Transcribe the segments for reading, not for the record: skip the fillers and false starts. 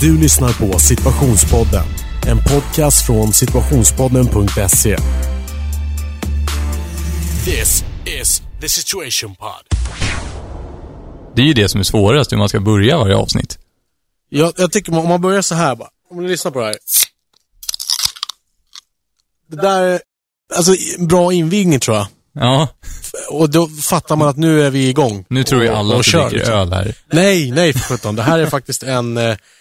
Du lyssnar på Situationspodden, en podcast från situationspodden.se. This is the Situation Pod. Det är ju det som är svårast, hur man ska börja varje avsnitt. Jag tycker om man börjar så här bara. Om ni lyssnar på det här. Det där är alltså bra invigning, tror jag. Ja. Och då fattar man att nu är vi igång. Nu tror jag alla att du dricker liksom öl här. Nej för sjutton. Det här är faktiskt en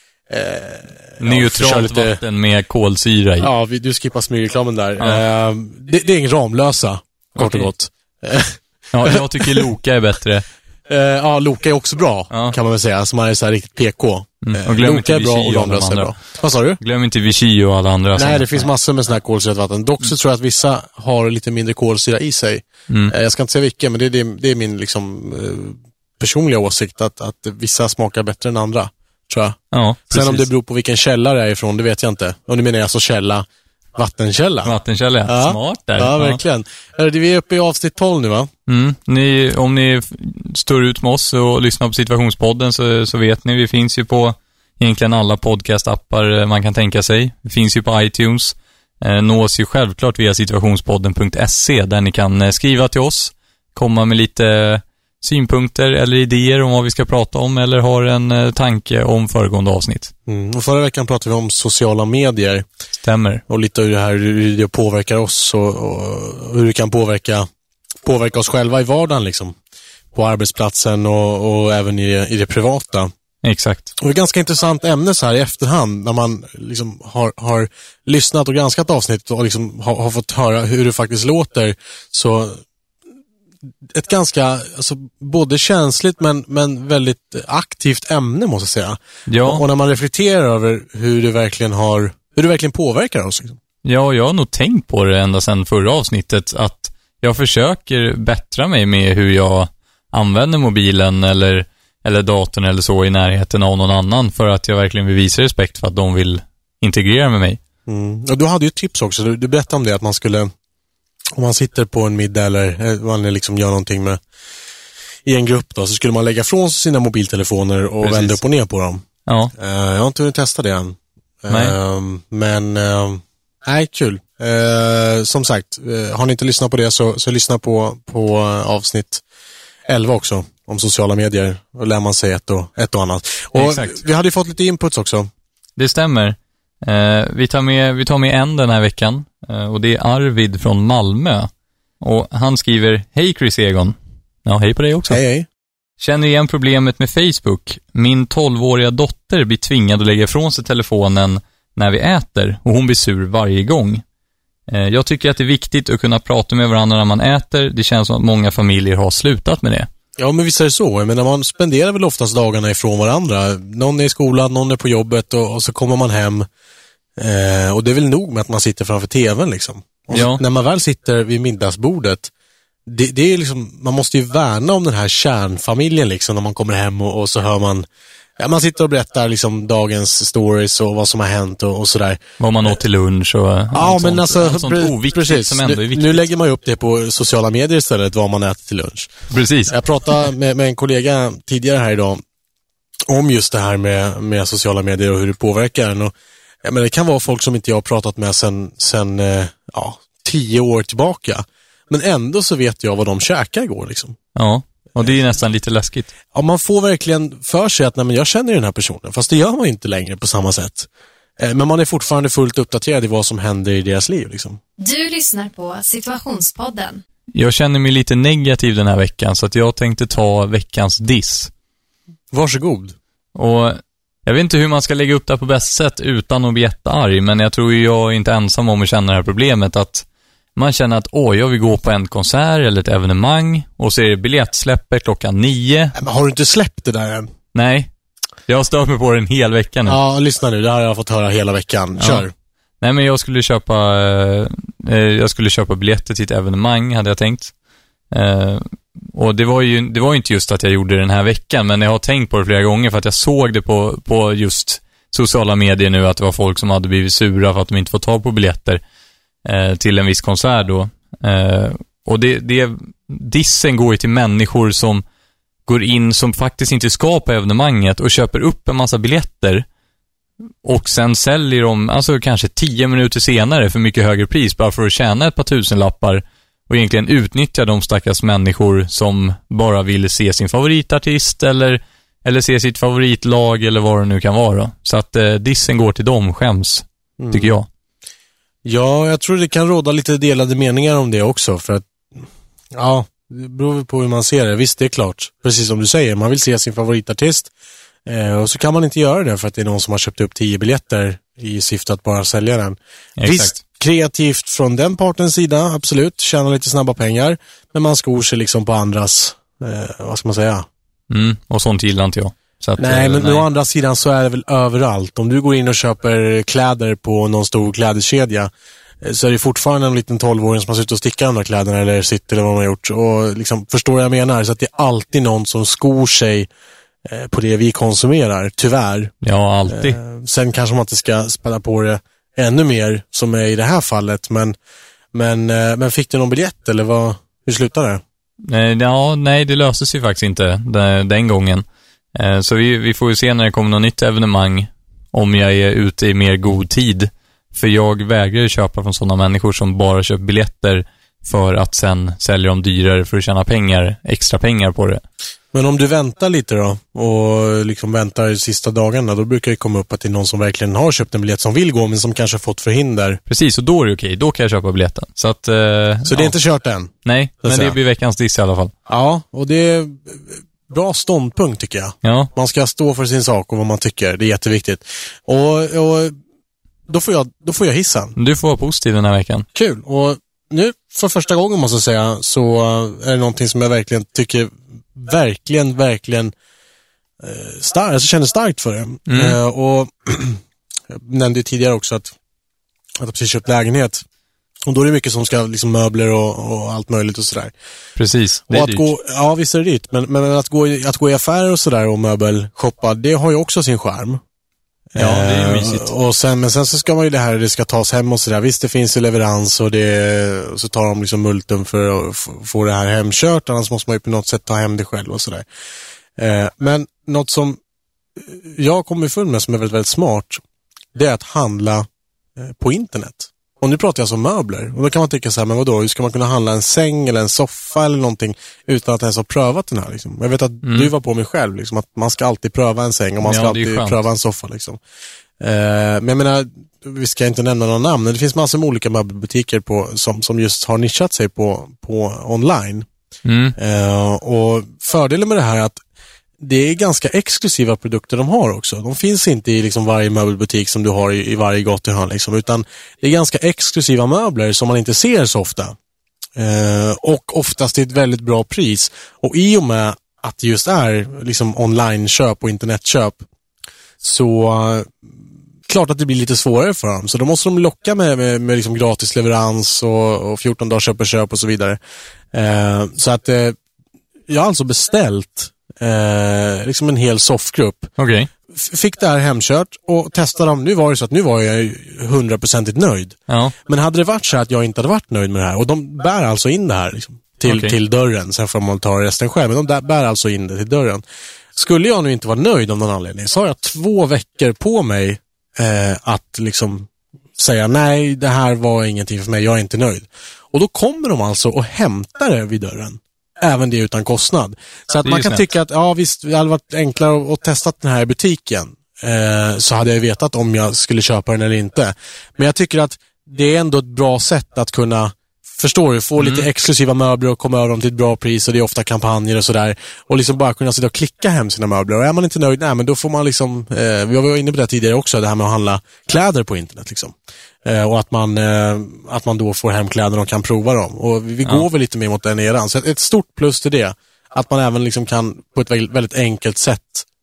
neutralt vatten med kolsyra i. Ja, du skippar smygreklamen där. Ja. Det är en Ramlösa, kort och gott. Ja, jag tycker Loka är bättre. Ja, Loka är också bra, kan man väl säga. Som är så här riktigt PK. Och glöm Loka är bra och Ramlösa är bra. Vad sa du? Glöm inte Vichy och alla andra. Nej, det finns massor med sån här kolsyrat vatten. Dock så tror jag att vissa har lite mindre kolsyra i sig. Jag ska inte säga vilka, men det är min liksom personliga åsikt att vissa smakar bättre än andra, tror jag. Ja, sen om det beror på vilken källa det är ifrån, det vet jag inte. Och nu menar jag alltså källa, vattenkälla. Vattenkälla, ja. Smart där. Ja, verkligen. Vi är uppe i avsnitt 12 nu, va? Om ni står ut med oss och lyssnar på Situationspodden så vet ni, vi finns ju på egentligen alla podcastappar man kan tänka sig. Vi finns ju på iTunes. Nås ju självklart via situationspodden.se, där ni kan skriva till oss, komma med lite synpunkter eller idéer om vad vi ska prata om, eller har en tanke om föregående avsnitt. Och förra veckan pratade vi om sociala medier. Stämmer. Och lite hur det påverkar oss och hur det kan påverka oss själva i vardagen liksom. På arbetsplatsen och även i det privata. Exakt. Och det är ett ganska intressant ämne så här i efterhand, när man liksom har lyssnat och granskat avsnittet och liksom har fått höra hur det faktiskt låter. Så ett ganska, alltså, både känsligt men väldigt aktivt ämne, måste jag säga. Ja. Och när man reflekterar över hur det verkligen påverkar oss. Liksom. Ja, jag har nog tänkt på det ända sedan förra avsnittet, att jag försöker bättra mig med hur jag använder mobilen eller datorn eller så i närheten av någon annan, för att jag verkligen vill visa respekt för att de vill integrera med mig. Och du hade ju ett tips också, du berättade om det, att man skulle, om man sitter på en middag eller man liksom gör någonting med i en grupp då, så skulle man lägga från sina mobiltelefoner och vända upp och ner på dem. Ja. Jag har inte hunnit testa det än. Nej, kul. Som sagt, har ni inte lyssnat på det så lyssna på avsnitt 11 också, om sociala medier, och lär man sig ett och annat. Och exakt. Vi hade ju fått lite inputs också. Det stämmer. Vi tar med en den här veckan, och det är Arvid från Malmö. Och han skriver: Hej Chris Egon. Ja, hej på dig också. Hej. Känner igen problemet med Facebook. Min 12-åriga dotter blir tvingad att lägga ifrån sig telefonen när vi äter, och hon blir sur varje gång. Jag tycker att det är viktigt att kunna prata med varandra när man äter. Det känns som att många familjer har slutat med det. Ja, men visst är det så. Jag menar, man spenderar väl oftast dagarna ifrån varandra. Någon är i skolan, någon är på jobbet, och så kommer man hem. Och det är väl nog med att man sitter framför tvn liksom. Och så, när man väl sitter vid middagsbordet, det är liksom, man måste ju värna om den här kärnfamiljen liksom, när man kommer hem och så hör man, man sitter och berättar liksom dagens stories och vad som har hänt och sådär. Vad man åt till lunch och men alltså, sånt oviktigt, precis, som ändå är viktigt. Nu lägger man ju upp det på sociala medier istället, vad man äter till lunch. Precis. Jag pratade med en kollega tidigare här idag om just det här med sociala medier och hur det påverkar en. Och det kan vara folk som inte jag har pratat med sen 10 år tillbaka. Men ändå så vet jag vad de käkar igår liksom. Ja. Och det är nästan lite läskigt. Ja, man får verkligen för sig att jag känner den här personen. Fast det gör man inte längre på samma sätt. Men man är fortfarande fullt uppdaterad i vad som händer i deras liv. Liksom. Du lyssnar på Situationspodden. Jag känner mig lite negativ den här veckan, så att jag tänkte ta veckans diss. Varsågod. Och jag vet inte hur man ska lägga upp det på bäst sätt utan att bli jättearg. Men jag tror jag är inte ensam om att känna det här problemet, att man känner att jag vill gå på en konsert eller ett evenemang, och så är det biljettsläpper klockan 9. Men har du inte släppt det där än? Nej, jag har stört mig på det en hel vecka nu. Ja, lyssna nu, det har jag fått höra hela veckan. Kör. Nej, men jag skulle köpa biljetter till ett evenemang, hade jag tänkt. Och det var ju inte just att jag gjorde det den här veckan, men jag har tänkt på det flera gånger, för att jag såg det på just sociala medier nu, att det var folk som hade blivit sura för att de inte får ta på biljetter till en viss konsert då. Och dissen går ju till människor som går in, som faktiskt inte ska på evenemanget, och köper upp en massa biljetter och sen säljer de alltså kanske 10 minuter senare för mycket högre pris bara för att tjäna ett par tusenlappar och egentligen utnyttja de stackars människor som bara vill se sin favoritartist eller se sitt favoritlag eller vad det nu kan vara. Så att dissen går till dem, skäms, tycker jag. Ja, jag tror det kan råda lite delade meningar om det också, för att ja, det beror på hur man ser det. Visst, det är klart. Precis som du säger, man vill se sin favoritartist och så kan man inte göra det för att det är någon som har köpt upp 10 biljetter i syfte att bara sälja den. Exakt. Visst, kreativt från den partens sida, absolut. Tjäna lite snabba pengar, men man skor sig liksom på andras, vad ska man säga? Och sånt gillar inte jag. Så att, nej, men å andra sidan så är det väl överallt. Om du går in och köper kläder på någon stor klädeskedja så är det fortfarande en liten 12-åring som har suttit och stickat de där kläderna eller sitt eller vad man har gjort. Och liksom, förstår jag menar? Så att det är alltid någon som skor sig på det vi konsumerar, tyvärr. Ja, alltid. Sen kanske man inte ska spela på det ännu mer som är i det här fallet. Men fick du någon biljett eller hur slutade det? Nej, det löser sig faktiskt inte den gången. Så vi får ju se när det kommer något nytt evenemang om jag är ute i mer god tid. För jag vägrar köpa från sådana människor som bara köper biljetter för att sen sälja dem dyrare för att tjäna extra pengar på det. Men om du väntar lite då och liksom väntar de sista dagarna, då brukar det komma upp att det är någon som verkligen har köpt en biljett som vill gå men som kanske fått förhinder. Precis, och då är det okej. Då kan jag köpa biljetten. Så det är inte kört än? Nej, men det blir veckans diss i alla fall. Ja, och det är bra ståndpunkt tycker jag. Ja. Man ska stå för sin sak och vad man tycker. Det är jätteviktigt. Och då får jag hissan. Du får vara positiv den här veckan. Kul. Och nu för första gången måste jag säga så är det någonting som jag verkligen tycker verkligen starkt. Jag känner starkt för det. Och jag nämnde ju tidigare också att jag precis köpt lägenhet. Och då är det mycket som ska, liksom möbler och allt möjligt och sådär. Precis, det är dyrt. Ja, visst är det dyrt. Men att gå i affärer och sådär och möbelshoppa, det har ju också sin charm. Ja, det är mysigt. Men sen så ska man ju det ska tas hem och sådär. Visst, det finns ju leverans och så tar de liksom multum för att få det här hemkört. Annars måste man ju på något sätt ta hem det själv och sådär. Men något som jag kommer ifrån med som är väldigt, väldigt smart, det är att handla på internet. Och nu pratar jag om möbler. Och då kan man tycka så här, men vadå, hur ska man kunna handla en säng eller en soffa eller någonting utan att ens ha prövat den här liksom? Jag vet att du var på mig själv liksom, att man ska alltid pröva en säng och man ska alltid pröva en soffa liksom. Men jag menar, vi ska inte nämna några namn, men det finns massor med olika möbelbutiker som just har nischat sig på online. Och fördelen med det här är att det är ganska exklusiva produkter de har också. De finns inte i liksom varje möbelbutik som du har i varje gatuhörn liksom, utan det är ganska exklusiva möbler som man inte ser så ofta. Och oftast till ett väldigt bra pris. Och i och med att det just är liksom online-köp och internetköp, så klart att det blir lite svårare för dem. Så då måste de locka med liksom gratis leverans och 14 dagars köp och så vidare. Så att jag har alltså beställt liksom en hel soffgrupp. Okay. Fick det här hemkört och testade dem. Nu var det så att nu var jag 100% nöjd. Ja. Men hade det varit så att jag inte hade varit nöjd med det här, och de bär alltså in det här liksom, till dörren, sen får man ta resten själv, men de bär alltså in det till dörren. Skulle jag nu inte vara nöjd av någon anledning, så har jag 2 veckor på mig att liksom säga nej, det här var ingenting för mig, jag är inte nöjd. Och då kommer de alltså och hämtar det vid dörren. Även det utan kostnad. Så att man kan tycka att ja visst, det hade varit enklare att testa den här i butiken. Så hade jag vetat om jag skulle köpa den eller inte. Men jag tycker att det är ändå ett bra sätt att kunna, förstår du, få lite exklusiva möbler och komma över dem till ett bra pris, och det är ofta kampanjer och sådär. Och liksom bara kunna sitta och klicka hem sina möbler. Och är man inte nöjd, nej, men då får man liksom, vi var inne på det tidigare också, det här med att handla kläder på internet liksom. Och att man då får hem kläderna och kan prova dem. Och vi går väl lite mer mot den eran. Så ett stort plus till det, att man även liksom kan på ett väldigt, väldigt enkelt sätt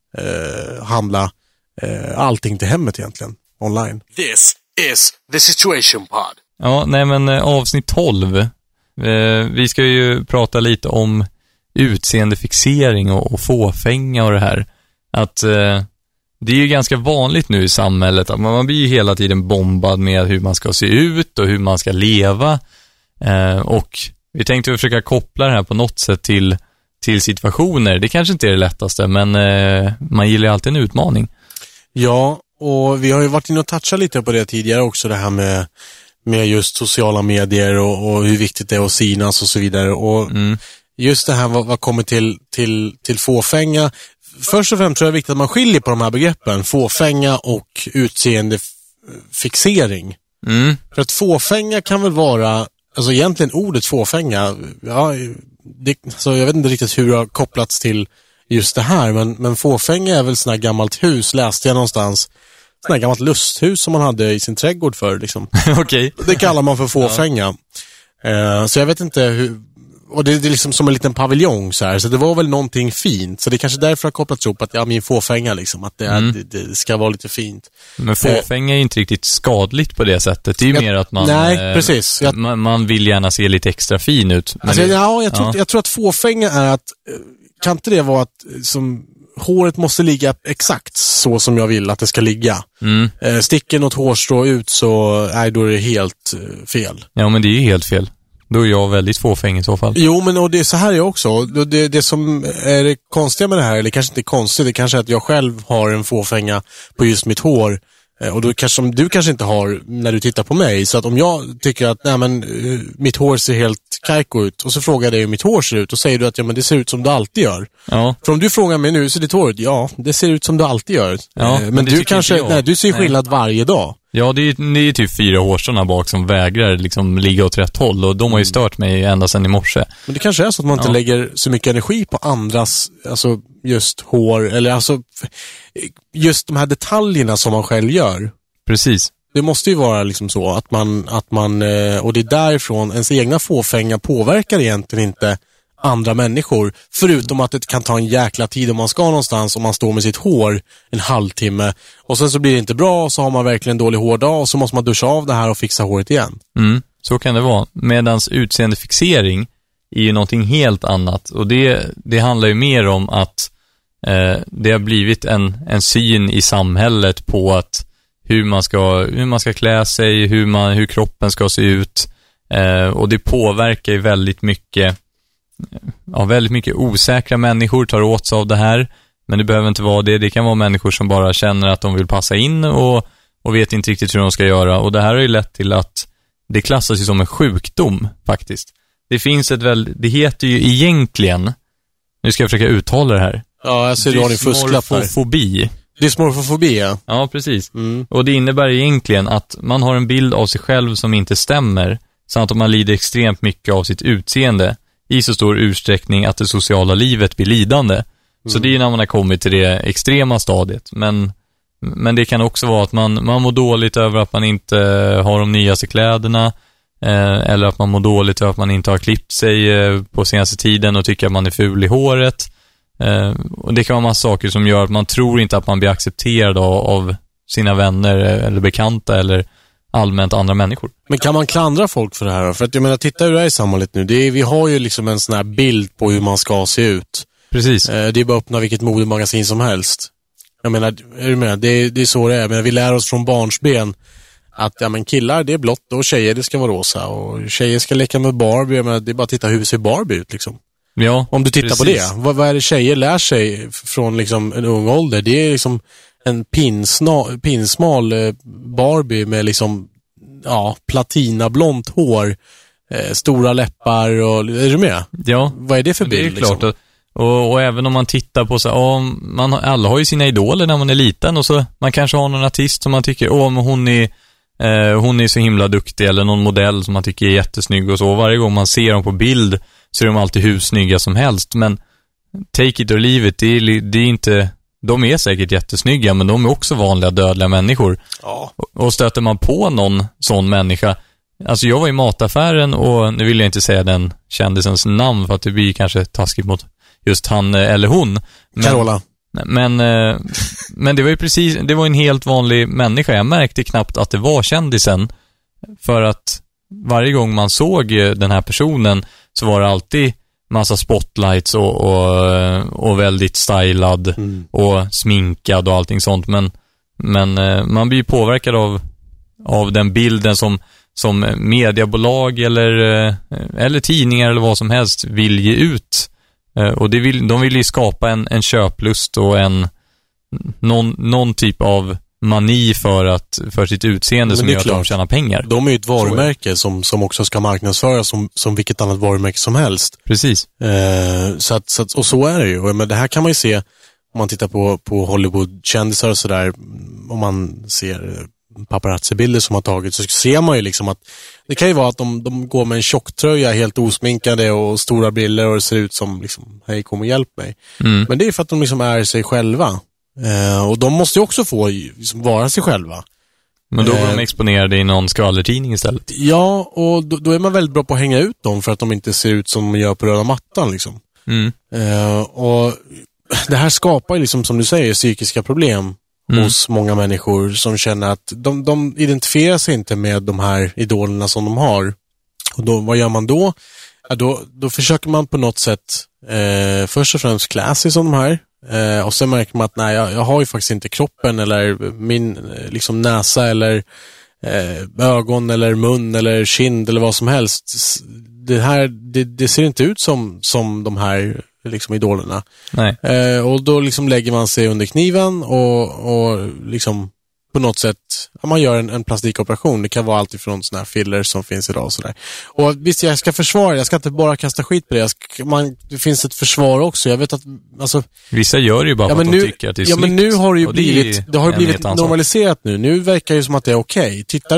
handla allting till hemmet egentligen, online. This is the situation pod. Ja, nej men avsnitt 12. Vi ska ju prata lite om utseendefixering och fåfänga och det här. Att det är ju ganska vanligt nu i samhället att man blir ju hela tiden bombad med hur man ska se ut och hur man ska leva. Och vi tänkte försöka koppla det här på något sätt till situationer. Det kanske inte är det lättaste, men man gillar ju alltid en utmaning. Ja, och vi har ju varit inne och touchat lite på det tidigare också, det här med just sociala medier och hur viktigt det är att synas och så vidare. Och just det här vad kommer till fåfänga. Först och främst tror jag det är viktigt att man skiljer på de här begreppen, fåfänga och utseendefixering. För att fåfänga kan väl vara, alltså egentligen ordet fåfänga, ja, så jag vet inte riktigt hur det har kopplats till just det här, men fåfänga är väl sån här gammalt hus, läste jag någonstans. Sån här gammalt lusthus som man hade i sin trädgård för liksom. Okej. Det kallar man för fåfänga. Så jag vet inte hur, och det är liksom som en liten paviljong så här, så det var väl någonting fint, så det är kanske därför har kopplats ihop att min fåfänga liksom, att det ska vara lite fint. Men fåfänga är inte riktigt skadligt på det sättet. Det är ju mer att man precis. Man vill gärna se lite extra fin ut. Men alltså, jag tror att fåfänga är att, kan inte det vara att som håret måste ligga exakt så som jag vill att det ska ligga. Sticker något hårstrå ut så då är det helt fel. Ja, men det är ju helt fel. Då är jag väldigt fåfäng i så fall. Jo, men och det är så här jag också. Det som är det konstiga med det här, eller kanske inte konstigt, det kanske är att jag själv har en fåfänga på just mitt hår. Och då kanske, som du kanske inte har när du tittar på mig. Så att om jag tycker att mitt hår ser helt kajko ut, och så frågar jag dig hur mitt hår ser ut, och säger du att det ser ut som det alltid gör. Ja. För om du frågar mig nu, så ditt hår ut, ja, det ser ut som det alltid gör. Ja, men du kanske, du ser skillnad varje dag. Ja, det är typ 4 hårstrån bak som vägrar liksom ligga åt rätt håll, och de har ju stört mig ända sedan i morse. Men det kanske är så att man inte lägger så mycket energi på andras, alltså just hår, eller alltså just de här detaljerna som man själv gör. Precis. Det måste ju vara liksom så att man och det är därifrån ens egna fåfänga påverkar egentligen inte andra människor, förutom att det kan ta en jäkla tid om man ska någonstans, om man står med sitt hår en halvtimme och sen så blir det inte bra, och så har man verkligen en dålig hårdag och så måste man duscha av det här och fixa håret igen. Så kan det vara. Medans utseendefixering är ju någonting helt annat, och det handlar ju mer om att det har blivit en syn i samhället på att hur man ska klä sig, hur kroppen ska se ut, och det påverkar ju väldigt mycket osäkra människor tar åt sig av det här, men det behöver inte vara det. Det kan vara människor som bara känner att de vill passa in och vet inte riktigt hur de ska göra, och det här har ju lett till att det klassas ju som en sjukdom faktiskt. Det finns det heter ju egentligen, nu ska jag försöka uttala det här. Ja, jag ser du har en fusklapp här. Dysmorfofobi. Dysmorfofobi, ja. Ja, precis. Och det innebär egentligen att man har en bild av sig själv som inte stämmer, samt att man lider extremt mycket av sitt utseende i så stor utsträckning att det sociala livet blir lidande. Så det är när man har kommit till det extrema stadiet. Men det kan också vara att man mår dåligt över att man inte har de nyaste kläderna, eller att man mår dåligt över att man inte har klippt sig på senaste tiden och tycker att man är ful i håret. Och det kan vara massa saker som gör att man tror inte att man blir accepterad av sina vänner eller bekanta eller allmänt andra människor. Men kan man klandra folk för det här? För att jag menar, titta hur det är i samhället nu. Vi har ju liksom en sån här bild på hur man ska se ut. Precis. Det är bara att öppna vilket modemagasin som helst. Jag menar, det är så det är. Men vi lär oss från barnsben att killar det är blått och tjejer det ska vara rosa. Och tjejer ska leka med Barbie. Jag menar, det är bara att titta hur ser Barbie ut liksom. Ja, om du tittar på det. Vad är det tjejer lär sig från liksom en ung ålder? Det är liksom en pinsmal Barbie med liksom platinablont hår, stora läppar, och är du med? Ja. Vad är det för bild? Det är klart. Och även om man tittar på alla har ju sina idoler när man är liten, och så man kanske har någon artist som man tycker men hon är så himla duktig, eller någon modell som man tycker är jättesnygg och så. Varje gång man ser dem på bild så är de alltid hur snygga som helst, men take it or leave it, det är inte, de är säkert jättesnygga, men de är också vanliga dödliga människor. Ja. Och stöter man på någon sån människa, alltså jag var i mataffären, och nu vill jag inte säga den kändisens namn för att det blir kanske taskigt mot just han eller hon. Carola. Men det var ju precis, det var en helt vanlig människa. Jag märkte knappt att det var kändisen, för att varje gång man såg den här personen så var det alltid massa spotlights och väldigt stylad och sminkad och allting sånt, men man blir påverkad av den bilden som mediebolag eller tidningar eller vad som helst vill ge ut, och de vill ju skapa en köplust och någon typ av mani för sitt utseende som gör att de tjänar pengar. De är ju ett varumärke som också ska marknadsföras som vilket annat varumärke som helst. Precis. Och så är det ju. Men det här kan man ju se om man tittar på Hollywood-kändisar och sådär. Om man ser paparazzi-bilder som har tagits, så ser man ju liksom att det kan ju vara att de går med en tjocktröja helt osminkade och stora briller och det ser ut som liksom, hej, kom och hjälp mig. Men det är för att de liksom är sig själva. Och de måste ju också få liksom vara sig själva. Men då var de exponerade i någon skvallertidning istället. Ja, och då är man väldigt bra på att hänga ut dem för att de inte ser ut som de gör på röda mattan liksom. Och det här skapar ju liksom, som du säger, psykiska problem hos många människor som känner att de identifierar sig inte med de här idolerna som de har. Och då, vad gör man då? Ja, då försöker man på något sätt först och främst klä sig som de här. Och sen märker man att nej, jag har ju faktiskt inte kroppen eller min liksom näsa eller ögon eller mun eller kind eller vad som helst. Det ser inte ut som de här liksom idolerna. Nej. Och då liksom lägger man sig under kniven och liksom på något sätt, man gör en plastikoperation. Det kan vara allt ifrån såna här fillers som finns idag och sådär. Och visst, jag ska försvara, jag ska inte bara kasta skit på det. Det finns ett försvar också. Jag vet att, alltså, vissa gör ju bara för att de tycker att det är snyggt. Men nu har det ju blivit normaliserat nu. Nu verkar det som att det är okej. Tittar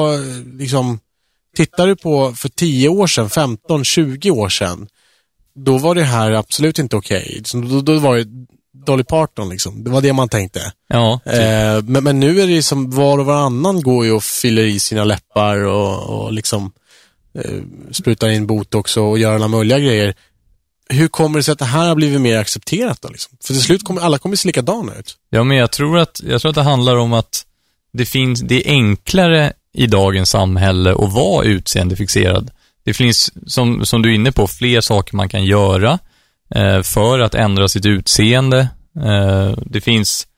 du på för 10 år sedan, 15, 20 år sedan, då var det här absolut inte okej. Då var det Dolly Parton liksom. Det var det man tänkte. Ja. Men nu är det som var och varannan går ju och fyller i sina läppar och liksom sprutar in botox och gör alla möjliga grejer. Hur kommer det sig att det här har blivit mer accepterat då liksom? För till slut kommer alla se likadana ut. Ja, men jag tror att det handlar om att det är enklare i dagens samhälle att vara utseendefixerad. Det finns, som du är inne på, fler saker man kan göra för att ändra sitt utseende. Det finns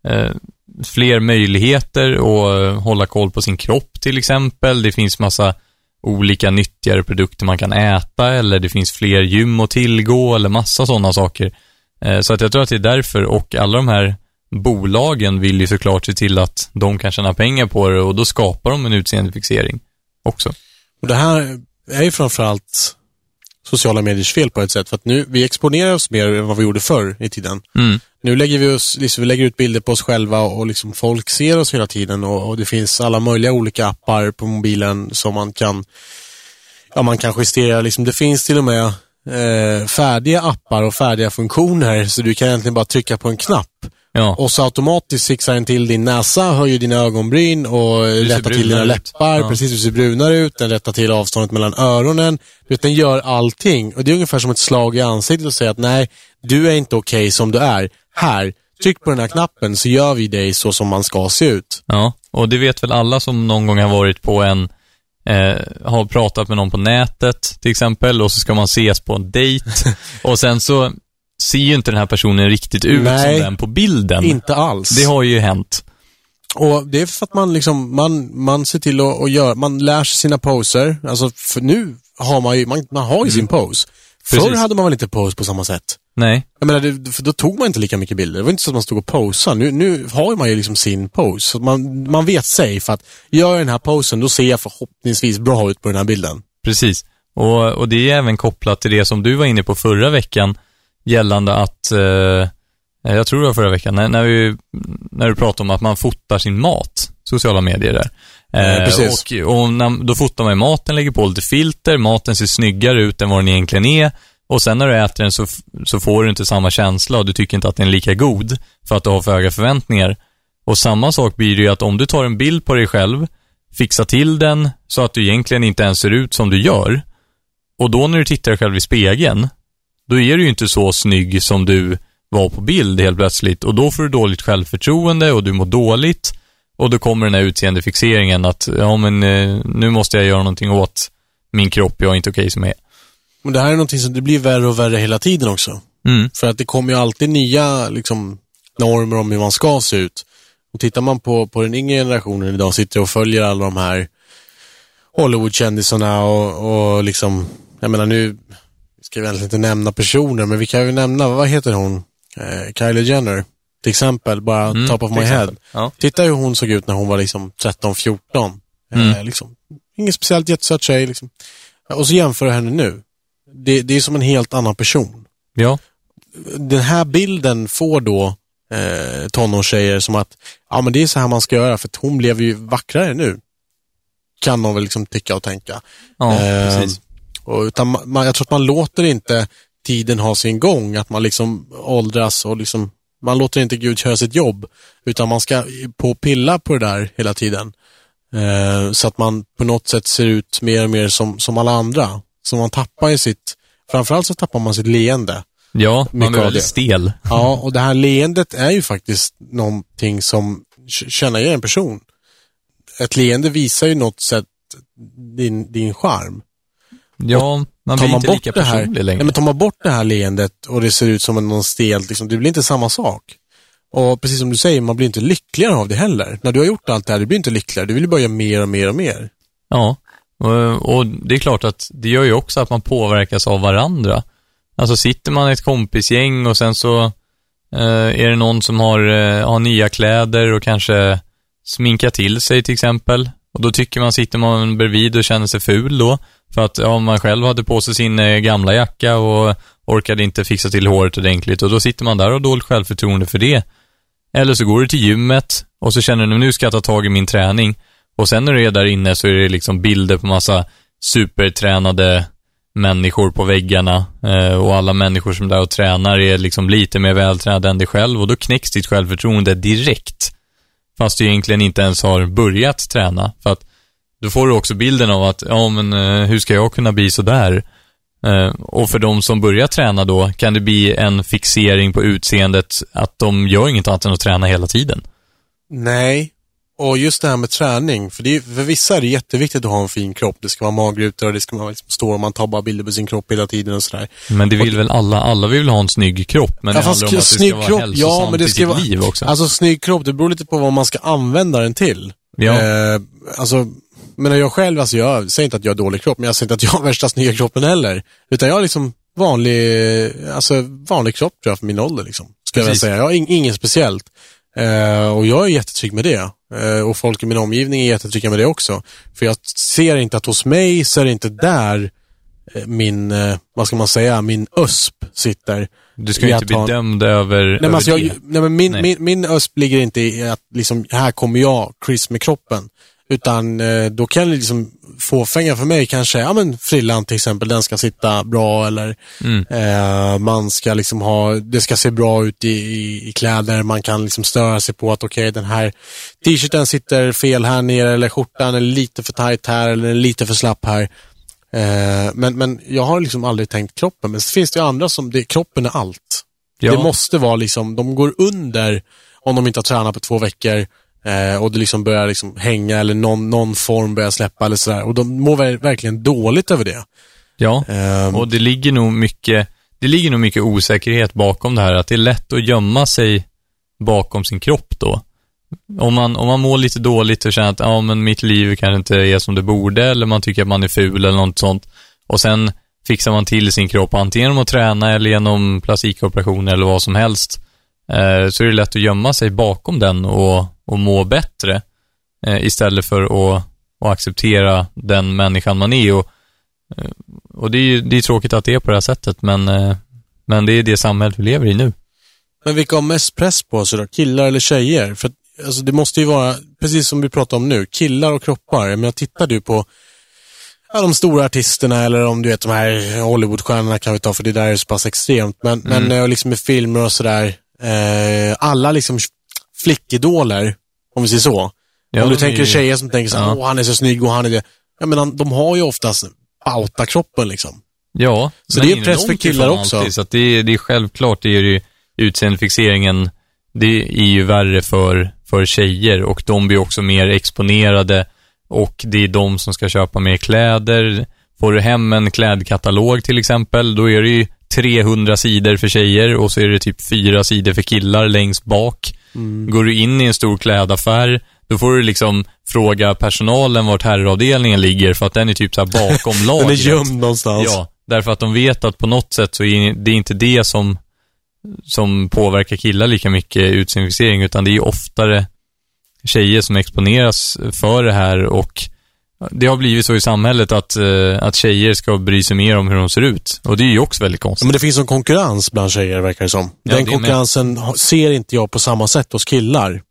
fler möjligheter att hålla koll på sin kropp till exempel. Det finns massa olika nyttigare produkter man kan äta, eller det finns fler gym att tillgå eller massa sådana saker. Så att jag tror att det är därför, och alla de här bolagen vill ju såklart se till att de kan tjäna pengar på det, och då skapar de en utseendefixering också. Och det här är ju framförallt sociala mediers fel på ett sätt, för att nu vi exponerar oss mer än vad vi gjorde förr i tiden. Nu lägger vi lägger ut bilder på oss själva och liksom folk ser oss hela tiden, och det finns alla möjliga olika appar på mobilen som man kan justera liksom. Det finns till och med färdiga appar och färdiga funktioner, så du kan egentligen bara trycka på en knapp. Ja. Och så automatiskt fixar den till din näsa, höjer dina ögonbryn och rättar till dina läppar. Ja. Precis, du ser brunare ut. Den rättar till avståndet mellan öronen. Den gör allting. Och det är ungefär som ett slag i ansiktet att säga att nej, du är inte okej som du är. Här, tryck på den här knappen så gör vi dig så som man ska se ut. Ja, och det vet väl alla som någon gång har varit på har pratat med någon på nätet till exempel, och så ska man ses på en dejt och sen så ser ju inte den här personen riktigt ut som den på bilden. Inte alls. Det har ju hänt. Och det är för att man liksom, man ser till att göra, man lär sig sina poser. Alltså, för nu har man har ju sin pose. Förr hade man väl inte pose på samma sätt. Nej. Jag menar, för då tog man inte lika mycket bilder. Det var inte så att man stod och posade. Nu har man ju liksom sin pose. Så man vet sig, för att gör den här posen, då ser jag förhoppningsvis bra ut på den här bilden. Precis. Och det är även kopplat till det som du var inne på förra veckan, gällande att jag tror det var förra veckan när du pratade om att man fotar sin mat, sociala medier där. Precis. Och då fotar man maten, lägger på lite filter, maten ser snyggare ut än vad den egentligen är, och sen när du äter den så får du inte samma känsla och du tycker inte att den är lika god för att du har för höga förväntningar. Och samma sak blir det ju att om du tar en bild på dig själv, fixar till den så att du egentligen inte ens ser ut som du gör, och då när du tittar dig själv i spegeln, då är du ju inte så snygg som du var på bild helt plötsligt, och då får du dåligt självförtroende och du mår dåligt, och då kommer den här utseendefixeringen att nu måste jag göra någonting åt min kropp, jag är inte okej som jag är. Men det här är någonting som det blir värre och värre hela tiden också. För att det kommer ju alltid nya liksom, normer om hur man ska se ut. Och tittar man på den yngre generationen idag, sitter och följer alla de här Hollywood-kändisarna och liksom, jag menar nu ska vi egentligen inte nämna personer, men vi kan ju nämna, vad heter hon? Kylie Jenner. till exempel, bara top of my head. Ja. Titta hur hon såg ut när hon var liksom 13-14. Liksom. Ingen speciellt jättesöt tjej. Liksom. Och så jämför jag henne nu. Det är som en helt annan person. Ja. Den här bilden får då tonårstjejer som att ja, men det är så här man ska göra, för att hon blev ju vackrare nu. Kan de väl liksom tycka och tänka. Ja, precis. Utan jag tror att man låter inte tiden ha sin gång, att man liksom åldras och liksom, man låter inte Gud köra sitt jobb, utan man ska pilla på det där hela tiden. Så att man på något sätt ser ut mer och mer som alla andra. Så man tappar framförallt så tappar man sitt leende. Ja, man blir väldigt stel. Ja, och det här leendet är ju faktiskt någonting som känner igen en person. Ett leende visar ju något sätt din charm. Ja, man blir inte lika personlig längre. Nej, men tar man bort det här leendet och det ser ut som någon stelt, liksom, det blir inte samma sak. Och precis som du säger, man blir inte lyckligare av det heller. När du har gjort allt det här, du blir inte lyckligare. Du vill ju bara göra mer och mer och mer. Ja, och det är klart att det gör ju också att man påverkas av varandra. Alltså sitter man i ett kompisgäng och sen så är det någon som har nya kläder och kanske sminkar till sig till exempel. Och då tycker man, sitter man bredvid och känner sig ful då. För att man själv hade på sig sin gamla jacka och orkade inte fixa till håret ordentligt. Och då sitter man där och har dåligt självförtroende för det. Eller så går du till gymmet och så känner du, nu ska jag ta tag i min träning. Och sen när du är där inne så är det liksom bilder på massa supertränade människor på väggarna. Och alla människor som där och tränar är liksom lite mer vältränade än dig själv. Och då knäcks ditt självförtroende direkt. Fast du egentligen inte ens har börjat träna. För att då får du också bilden av att hur ska jag kunna bli så där? Och för de som börjar träna då kan det bli en fixering på utseendet, att de gör inget annat än att träna hela tiden. Nej, och just det här med träning, för vissa är det jätteviktigt att ha en fin kropp. Det ska vara magrutor och det ska vara liksom stå och man tar bara bilder på sin kropp hela tiden och sådär. Men det vill väl alla vill ha en snygg kropp, men det handlar om att det ska vara hälsosamt i sitt liv också. Alltså snygg kropp, det beror lite på vad man ska använda den till. Ja. Men jag själv, alltså jag säger inte att jag har dålig kropp, men jag säger inte att jag har värsta snygga kroppen heller. Utan jag har liksom vanlig kropp tror jag för min ålder liksom. Ska jag säga. Jag har ingen speciellt. Och jag är jättetrygg med det. Och folk i min omgivning är jättetrygga med det också. För jag ser inte att hos mig så är det inte där min, vad ska man säga, min USP sitter. Du ska inte bli dömd över min USP ligger inte i att liksom, här kommer jag, Chris med kroppen. Utan då kan det liksom fåfänga för mig kanske, ja men frillan till exempel, den ska sitta bra eller man ska liksom det ska se bra ut i kläder, man kan liksom störa sig på att okej, den här t-shirten sitter fel här nere eller skjortan är lite för tajt här eller lite för slapp här. Men jag har liksom aldrig tänkt kroppen, men så finns det ju andra som, kroppen är allt. Ja. Det måste vara liksom, de går under om de inte har tränat på 2 veckor. Och det liksom börjar liksom hänga eller någon form börjar släppa eller sådär. Och de mår verkligen dåligt över det. Ja, och det ligger nog mycket osäkerhet bakom det här. Att det är lätt att gömma sig bakom sin kropp då. Om man mår lite dåligt och känner att men mitt liv kanske inte är som det borde, eller man tycker att man är ful eller något sånt. Och sen fixar man till sin kropp antingen genom att träna eller genom plastikoperationer eller vad som helst. Så är det lätt att gömma sig bakom den och må bättre istället för att acceptera den människan man är. Och det är tråkigt att det är på det här sättet, men det är det samhället vi lever i nu. Men vilka har mest press på sig då? Killar eller tjejer? För alltså, det måste ju vara, precis som vi pratar om nu, killar och kroppar. Men tittar du på de stora artisterna eller om du vet de här Hollywoodstjärnorna kan vi ta, för det där är så pass extremt. Men liksom med filmer och sådär, alla liksom flickidoler, om vi säger så. Ja, om du tänker tjejer som tänker så här, han är så snygg och han är det. Ja, men de har ju oftast bauta-kroppen liksom. Ja, så det är press för killar också. Alltid, så att det är självklart, det är ju utseendefixeringen, det är ju värre för tjejer, och de blir också mer exponerade, och det är de som ska köpa mer kläder. Får du hem en klädkatalog till exempel, då är det ju 300 sidor för tjejer och så är det typ 4 sidor för killar längst bak. Går du in i en stor klädaffär, då får du liksom fråga personalen vart herravdelningen ligger, för att den är typ så här bakom lagret. Den är gömd någonstans. Ja, därför att de vet att på något sätt så är det inte det som som påverkar killar lika mycket utseendefixering, utan det är ju oftare tjejer som exponeras för det här, och det har blivit så i samhället att tjejer ska bry sig mer om hur de ser ut. Och det är ju också väldigt konstigt. Men det finns en konkurrens bland tjejer, verkar det som. Ja, den konkurrensen ser inte jag på samma sätt hos killar.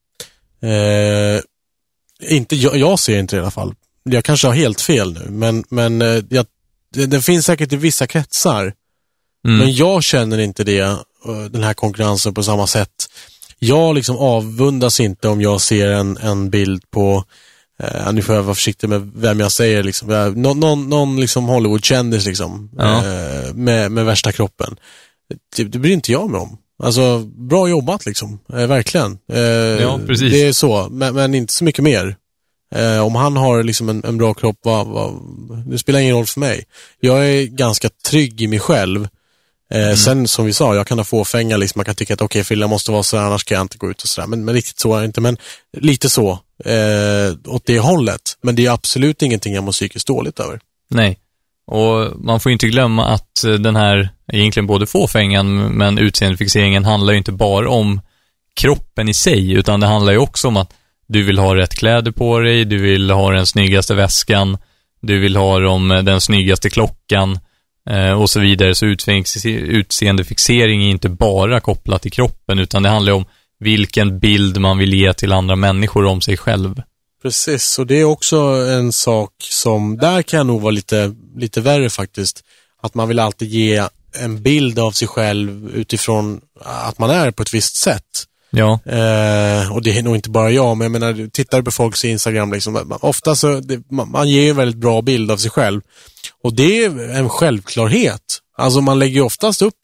Jag ser inte det i alla fall. Jag kanske har helt fel nu, men det finns säkert i vissa kretsar. Men jag känner inte den här konkurrensen på samma sätt. Jag liksom avundas inte om jag ser en bild på nu får jag vara försiktig med vem jag säger liksom. Någon liksom Hollywood-kändis liksom, med värsta kroppen. Det bryr inte jag mig om. Alltså, bra jobbat liksom, verkligen. Ja, precis. Det är så, men inte så mycket mer. Om han har liksom en bra kropp, det spelar ingen roll för mig. Jag är ganska trygg i mig själv. Sen som vi sa, jag kan ha fåfänga liksom, man kan tycka att okej, Frilla måste vara så här, annars kan jag inte gå ut och sådär, men riktigt så är det inte, men lite så åt det hållet, men det är absolut ingenting jag mår psykiskt dåligt över. Nej, och man får inte glömma att den här egentligen både fåfängan men utseendefixeringen handlar ju inte bara om kroppen i sig, utan det handlar ju också om att du vill ha rätt kläder på dig, du vill ha den snyggaste väskan, du vill ha den snyggaste klockan och så vidare. Så utseendefixering är inte bara kopplat till kroppen, utan det handlar om vilken bild man vill ge till andra människor om sig själv. Precis, och det är också en sak som, där kan jag nog vara lite värre faktiskt, att man vill alltid ge en bild av sig själv utifrån att man är på ett visst sätt. Ja. Och det är nog inte bara jag, men jag menar, tittar på folks Instagram liksom, ofta så man ger en väldigt bra bild av sig själv, och det är en självklarhet. Alltså man lägger ju oftast upp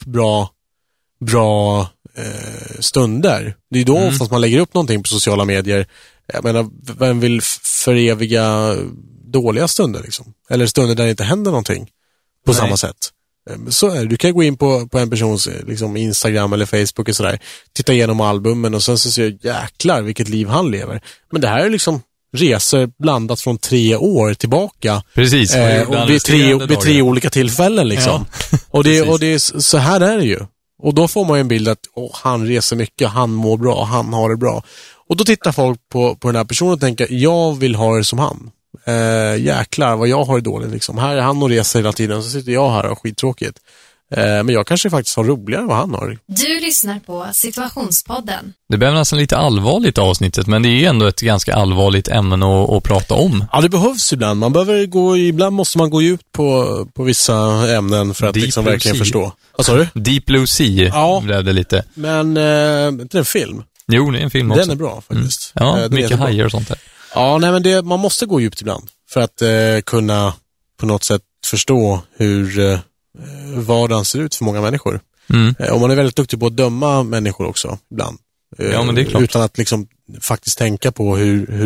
bra stunder. Det är då oftast man lägger upp någonting på sociala medier. Jag menar, vem vill föreviga dåliga stunder liksom? Eller stunder där det inte händer någonting på samma sätt. Så är det. Du kan gå in på en persons liksom Instagram eller Facebook och sådär, titta igenom albumen och sen så ser jag, jäklar vilket liv han lever. Men det här är liksom resor blandat från 3 år tillbaka. Precis. Och vid 3 olika tillfällen liksom. Ja. och det är så här är det ju. Och då får man ju en bild att han reser mycket, han mår bra, han har det bra. Och då tittar folk på den här personen och tänker, jag vill ha det som han. Jäklar vad jag har det dåligt liksom. Här är han och reser hela tiden, så sitter jag här och har skittråkigt. Men jag kanske faktiskt har roligare än vad han har. Du lyssnar på Situationspodden. Det behöver nästan lite allvarligt avsnittet, men det är ju ändå ett ganska allvarligt ämne att prata om. Ja, det behövs ibland. Ibland måste man gå djupt på vissa ämnen för att liksom verkligen förstå. Vad sa du? Deep Blue Sea blev det lite. Men det är en film. Jo, det är en film också. Den är bra faktiskt. Ja, mycket hajar och sånt där. Ja, nej, men man måste gå djupt ibland för att kunna på något sätt förstå hur vardagen ser ut för många människor. Och man är väldigt duktig på att döma människor också ibland. Ja, men det är klart. Utan att liksom faktiskt tänka på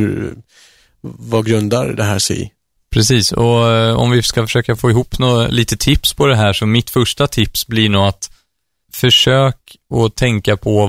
vad grundar det här sig i. Precis, och om vi ska försöka få ihop lite tips på det här, så mitt första tips blir nog att försök att tänka på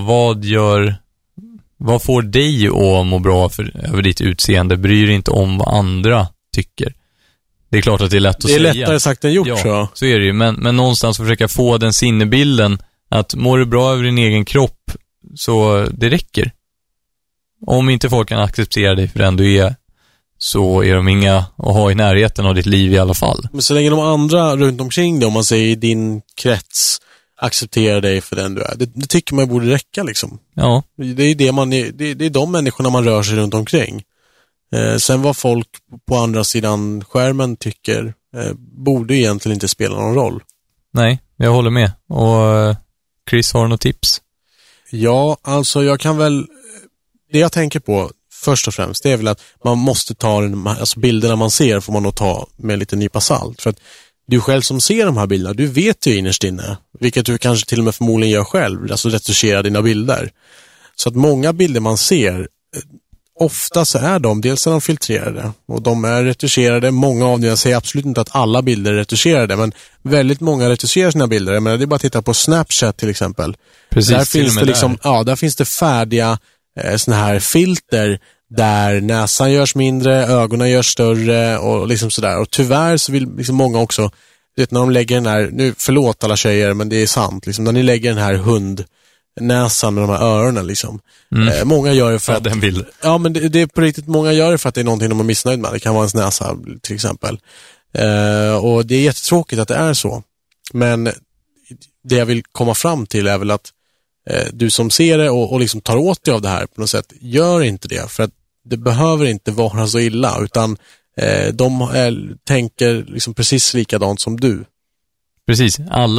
vad får dig att må bra över ditt utseende. Bryr dig inte om vad andra tycker. Det är klart att det är lätt att säga. Det är lättare sagt än gjort, ja, tror jag. Så är det ju, men någonstans försöka få den sinnebilden att mår du bra över din egen kropp, så det räcker. Om inte folk kan acceptera dig för den du är, så är de inga att ha i närheten av ditt liv i alla fall. Men så länge de andra runt omkring dig, om man säger i din krets, accepterar dig för den du är, det tycker man borde räcka liksom. Ja. Det är de människorna man rör sig runt omkring. Sen vad folk på andra sidan skärmen tycker borde egentligen inte spela någon roll. Nej, jag håller med. Och Chris, har något tips? Ja, alltså det jag tänker på först och främst, det är väl att man måste ta bilderna man ser får man nog ta med lite nypa salt. För att du själv som ser de här bilderna, du vet ju innerst inne, vilket du kanske till och med förmodligen gör själv, alltså retuschera dina bilder. Så att många bilder man ser, ofta så är dels är de filtrerade och de är retuscherade. Många av dem, jag säger absolut inte att alla bilder är retuscherade, men väldigt många retuscherar sina bilder. Jag menar, det är bara att titta på Snapchat till exempel. Precis, där finns det liksom, där finns det färdiga såna här filter där näsan görs mindre, ögonen görs större och liksom sådär. Och tyvärr så vill liksom många också, när de lägger den här, nu förlåt alla tjejer, men det är sant, liksom, när ni lägger den här näsan med de här öronen liksom. Många gör det för att... den bilden. Ja, men det är på riktigt, många gör det för att det är någonting de är missnöjd med. Det kan vara ens näsa till exempel. Och det är jättetråkigt att det är så. Men det jag vill komma fram till är väl att du som ser det och liksom tar åt dig av det här på något sätt, gör inte det. För att det behöver inte vara så illa, utan de tänker liksom precis likadant som du. Precis,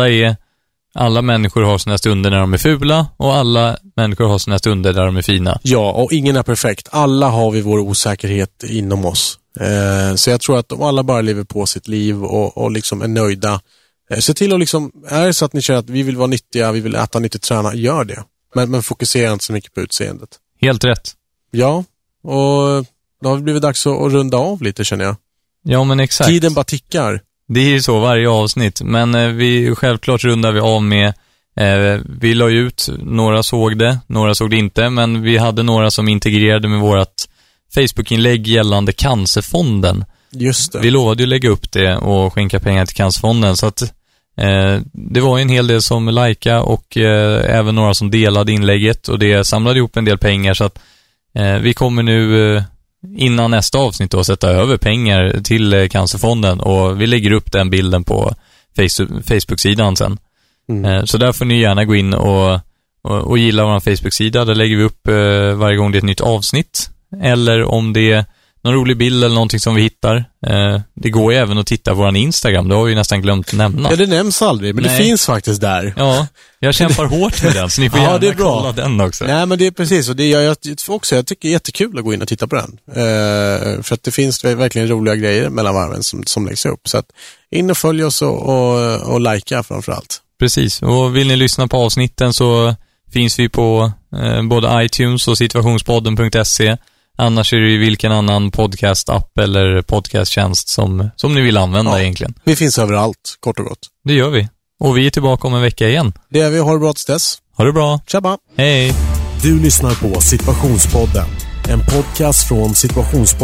alla människor har sina stunder när de är fula och alla människor har sina stunder där de är fina. Ja, och ingen är perfekt. Alla har vi vår osäkerhet inom oss. Så jag tror att om alla bara lever på sitt liv och liksom är nöjda, se till att liksom, är det så att ni känner att vi vill vara nyttiga, vi vill äta nyttigt, träna, gör det. Men fokusera inte så mycket på utseendet. Helt rätt. Ja, och då har det blivit dags att runda av lite, känner jag. Ja, men exakt. Tiden bara tickar. Det är ju så varje avsnitt, men självklart rundar vi av med, vi la ut, några såg det inte, men vi hade några som integrerade med vårat Facebook-inlägg gällande Cancerfonden. Just det. Vi lovade ju lägga upp det och skänka pengar till Cancerfonden, så att det var en hel del som likade och även några som delade inlägget, och det samlade ihop en del pengar, så att vi kommer nu innan nästa avsnitt att sätta över pengar till Cancerfonden, och vi lägger upp den bilden på Facebook-sidan sen. Så där får ni gärna gå in och gilla vår Facebook-sida. Där lägger vi upp varje gång det är ett nytt avsnitt, eller om det är någon rolig bild eller någonting som vi hittar. Det går ju även att titta på vår Instagram. Det har vi nästan glömt nämna. Ja, det nämns aldrig, men det finns faktiskt där. Ja, jag kämpar hårt med den, så ni får gärna det är bra. kolla den också. Nej, men det är precis, och det gör jag också. Jag tycker det är jättekul att gå in och titta på den. För att det finns verkligen roliga grejer mellan varven som läggs upp. Så att in och följ oss och likea framförallt. Precis, och vill ni lyssna på avsnitten så finns vi på både iTunes och situationspodden.se. Annars är det ju vilken annan podcast-app eller podcasttjänst som ni vill använda egentligen. Vi finns överallt, kort och gott. Det gör vi. Och vi är tillbaka om en vecka igen. Det är vi. Ha det bra tills dess. Ha det bra. Tjabba. Hej. Du lyssnar på Situationspodden. En podcast från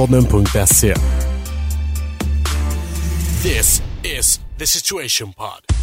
situationspodden.se. This is the Situation Pod.